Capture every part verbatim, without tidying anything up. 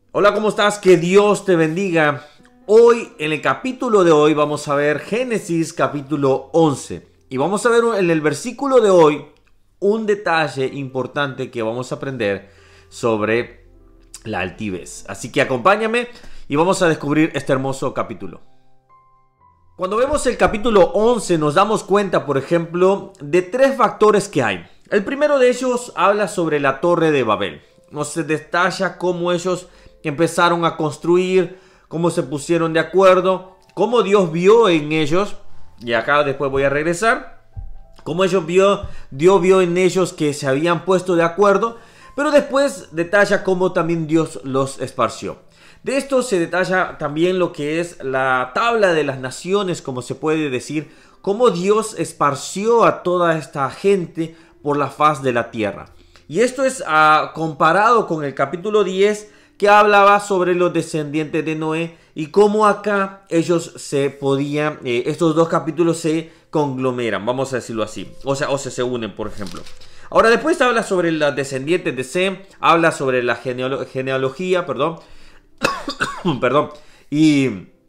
Hola, ¿cómo estás? Que Dios te bendiga. Hoy, en el capítulo de hoy, vamos a ver Génesis capítulo once. Y vamos a ver en el versículo de hoy un detalle importante que vamos a aprender sobre la altivez. Así que acompáñame y vamos a descubrir este hermoso capítulo. Cuando vemos el capítulo once nos damos cuenta, por ejemplo, de tres factores que hay. El primero de ellos habla sobre la Torre de Babel. Nos detalla cómo ellos empezaron a construir, cómo se pusieron de acuerdo, cómo Dios vio en ellos, y acá después voy a regresar, cómo ellos vio, Dios vio en ellos que se habían puesto de acuerdo, pero después detalla cómo también Dios los esparció. De esto se detalla también lo que es la tabla de las naciones, como se puede decir, cómo Dios esparció a toda esta gente por la faz de la tierra. Y esto es uh, comparado con el capítulo diez, que hablaba sobre los descendientes de Noé y cómo acá ellos se podían, eh, estos dos capítulos se conglomeran, vamos a decirlo así, o sea, o se, se unen, por ejemplo. Ahora después habla sobre los descendientes de Sem, habla sobre la genealo genealogía, perdón, perdón, y,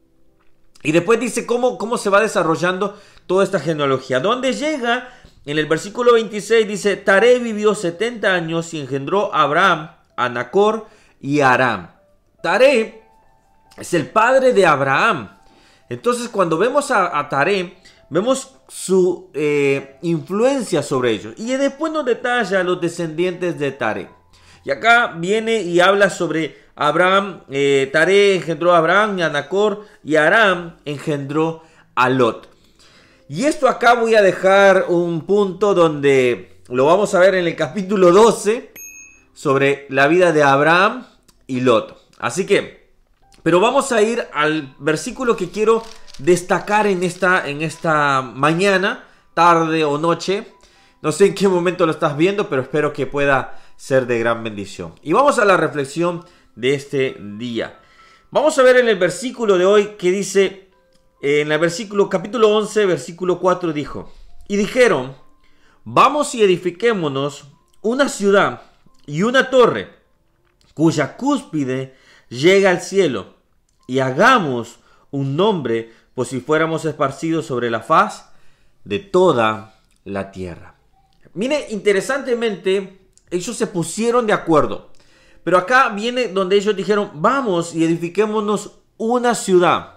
y después dice cómo, cómo se va desarrollando toda esta genealogía, donde llega en el versículo veintiséis, dice, Taré vivió setenta años y engendró a Abraham, a Nacor y Aram. Taré es el padre de Abraham. Entonces cuando vemos a, a Taré, vemos su eh, influencia sobre ellos. Y después nos detalla a los descendientes de Taré. Y acá viene y habla sobre Abraham. Eh, Taré engendró a Abraham y a Nacor, y Aram engendró a Lot. Y esto acá voy a dejar un punto donde lo vamos a ver en el capítulo doce sobre la vida de Abraham y Lot. Así que, pero vamos a ir al versículo que quiero destacar en esta, en esta mañana, tarde o noche. No sé en qué momento lo estás viendo, pero espero que pueda ser de gran bendición. Y vamos a la reflexión de este día. Vamos a ver en el versículo de hoy que dice, en el versículo, capítulo once, versículo cuatro, dijo, y dijeron, vamos y edifiquémonos una ciudad y una torre, cuya cúspide llega al cielo, y hagamos un nombre, por si fuéramos esparcidos sobre la faz de toda la tierra. Mire, interesantemente, ellos se pusieron de acuerdo, pero acá viene donde ellos dijeron, vamos y edifiquémonos una ciudad.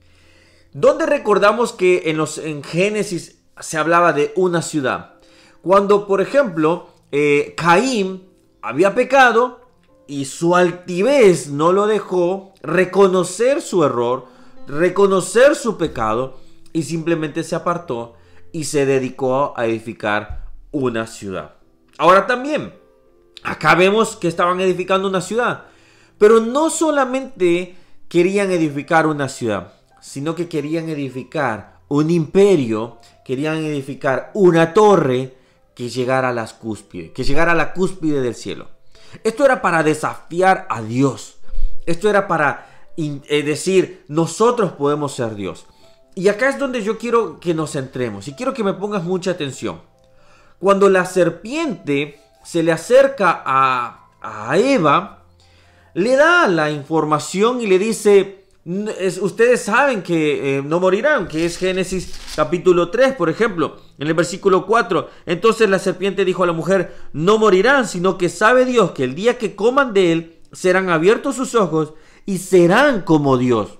¿Dónde recordamos que en, los, en Génesis se hablaba de una ciudad? Cuando, por ejemplo, eh, Caín había pecado y su altivez no lo dejó reconocer su error, reconocer su pecado, y simplemente se apartó y se dedicó a edificar una ciudad. Ahora también, acá vemos que estaban edificando una ciudad, pero no solamente querían edificar una ciudad, sino que querían edificar un imperio, querían edificar una torre que llegara a las cúspides, que llegara a la cúspide del cielo. Esto era para desafiar a Dios. Esto era para eh, decir, nosotros podemos ser Dios. Y acá es donde yo quiero que nos centremos y quiero que me pongas mucha atención. Cuando la serpiente se le acerca a, a Eva, le da la información y le dice, es, ustedes saben que eh, no morirán, que es Génesis capítulo tres, por ejemplo, en el versículo cuatro. Entonces la serpiente dijo a la mujer, no morirán, sino que sabe Dios que el día que coman de él, serán abiertos sus ojos y serán como Dios.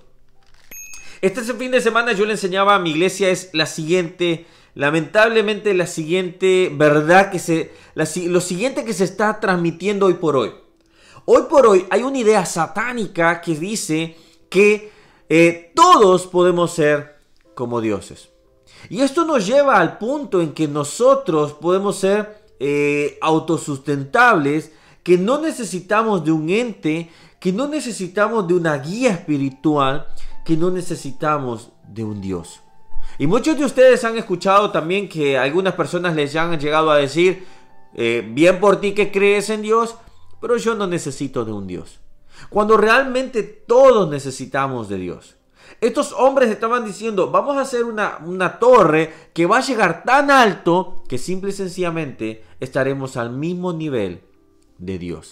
Este fin de semana yo le enseñaba a mi iglesia es la siguiente, lamentablemente la siguiente verdad que se, la, lo siguiente que se está transmitiendo hoy por hoy. Hoy por hoy hay una idea satánica que dice que eh, todos podemos ser como dioses. Y esto nos lleva al punto en que nosotros podemos ser eh, autosustentables, que no necesitamos de un ente, que no necesitamos de una guía espiritual, que no necesitamos de un Dios. Y muchos de ustedes han escuchado también que algunas personas les han llegado a decir, eh, bien por ti que crees en Dios, pero yo no necesito de un Dios. Cuando realmente todos necesitamos de Dios. Estos hombres estaban diciendo, vamos a hacer una, una torre que va a llegar tan alto que simple y sencillamente estaremos al mismo nivel de Dios.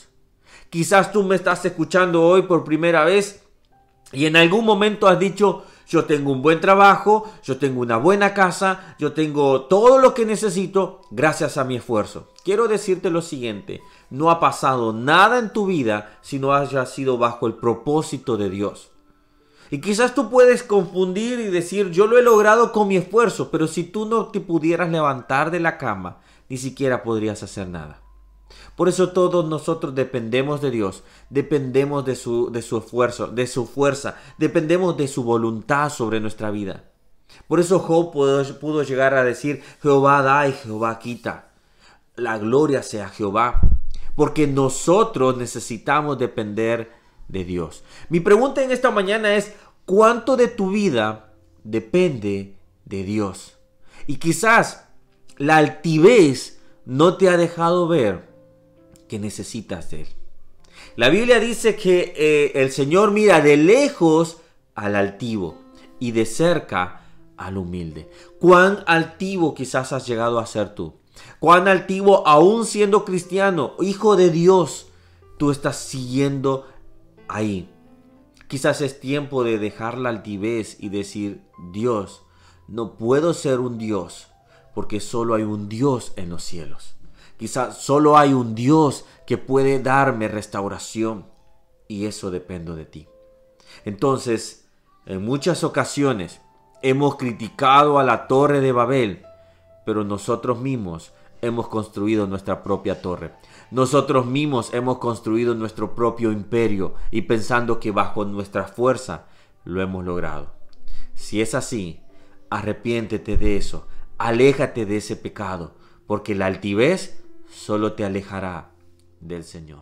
Quizás tú me estás escuchando hoy por primera vez y en algún momento has dicho: yo tengo un buen trabajo, yo tengo una buena casa, yo tengo todo lo que necesito gracias a mi esfuerzo. Quiero decirte lo siguiente: no ha pasado nada en tu vida si no haya sido bajo el propósito de Dios. Y quizás tú puedes confundir y decir: yo lo he logrado con mi esfuerzo, pero si tú no te pudieras levantar de la cama, ni siquiera podrías hacer nada. Por eso todos nosotros dependemos de Dios, dependemos de su, de su esfuerzo, de su fuerza, dependemos de su voluntad sobre nuestra vida. Por eso Job pudo, pudo llegar a decir: Jehová da y Jehová quita. La gloria sea Jehová, porque nosotros necesitamos depender de Dios. Mi pregunta en esta mañana es: ¿cuánto de tu vida depende de Dios? Y quizás la altivez no te ha dejado ver que necesitas de Él. La Biblia dice que eh, el Señor mira de lejos al altivo y de cerca al humilde. ¿Cuán altivo quizás has llegado a ser tú? ¿Cuán altivo, aún siendo cristiano, hijo de Dios, tú estás siguiendo ahí? Quizás es tiempo de dejar la altivez y decir: Dios, no puedo ser un Dios porque solo hay un Dios en los cielos. Quizás solo hay un Dios que puede darme restauración y eso depende de ti. Entonces, en muchas ocasiones hemos criticado a la Torre de Babel, pero nosotros mismos hemos construido nuestra propia torre. Nosotros mismos hemos construido nuestro propio imperio y pensando que bajo nuestra fuerza lo hemos logrado. Si es así, arrepiéntete de eso, aléjate de ese pecado, porque la altivez solo te alejará del Señor.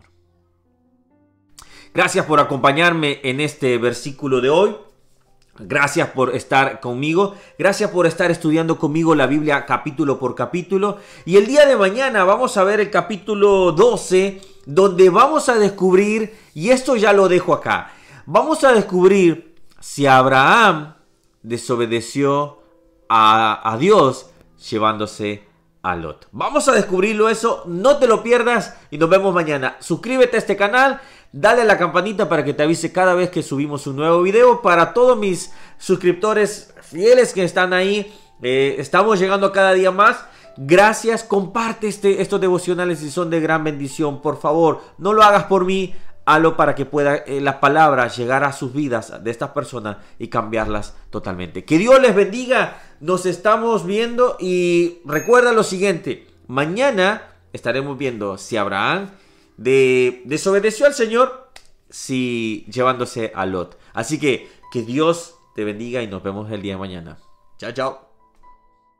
Gracias por acompañarme en este versículo de hoy. Gracias por estar conmigo. Gracias por estar estudiando conmigo la Biblia capítulo por capítulo. Y el día de mañana vamos a ver el capítulo doce, donde vamos a descubrir, y esto ya lo dejo acá, vamos a descubrir si Abraham desobedeció a, a Dios llevándose a Lot. Vamos a descubrirlo eso, no te lo pierdas y nos vemos mañana. Suscríbete a este canal, dale a la campanita para que te avise cada vez que subimos un nuevo video. Para todos mis suscriptores fieles que están ahí, eh, estamos llegando cada día más. Gracias, comparte este, estos devocionales si son de gran bendición. Por favor, no lo hagas por mí, hazlo para que pueda eh, la palabra llegar a sus vidas de estas personas y cambiarlas totalmente. Que Dios les bendiga, nos estamos viendo y recuerda lo siguiente: mañana estaremos viendo si Abraham de, desobedeció al Señor, si llevándose a Lot. Así que que Dios te bendiga y nos vemos el día de mañana. Chao, chao.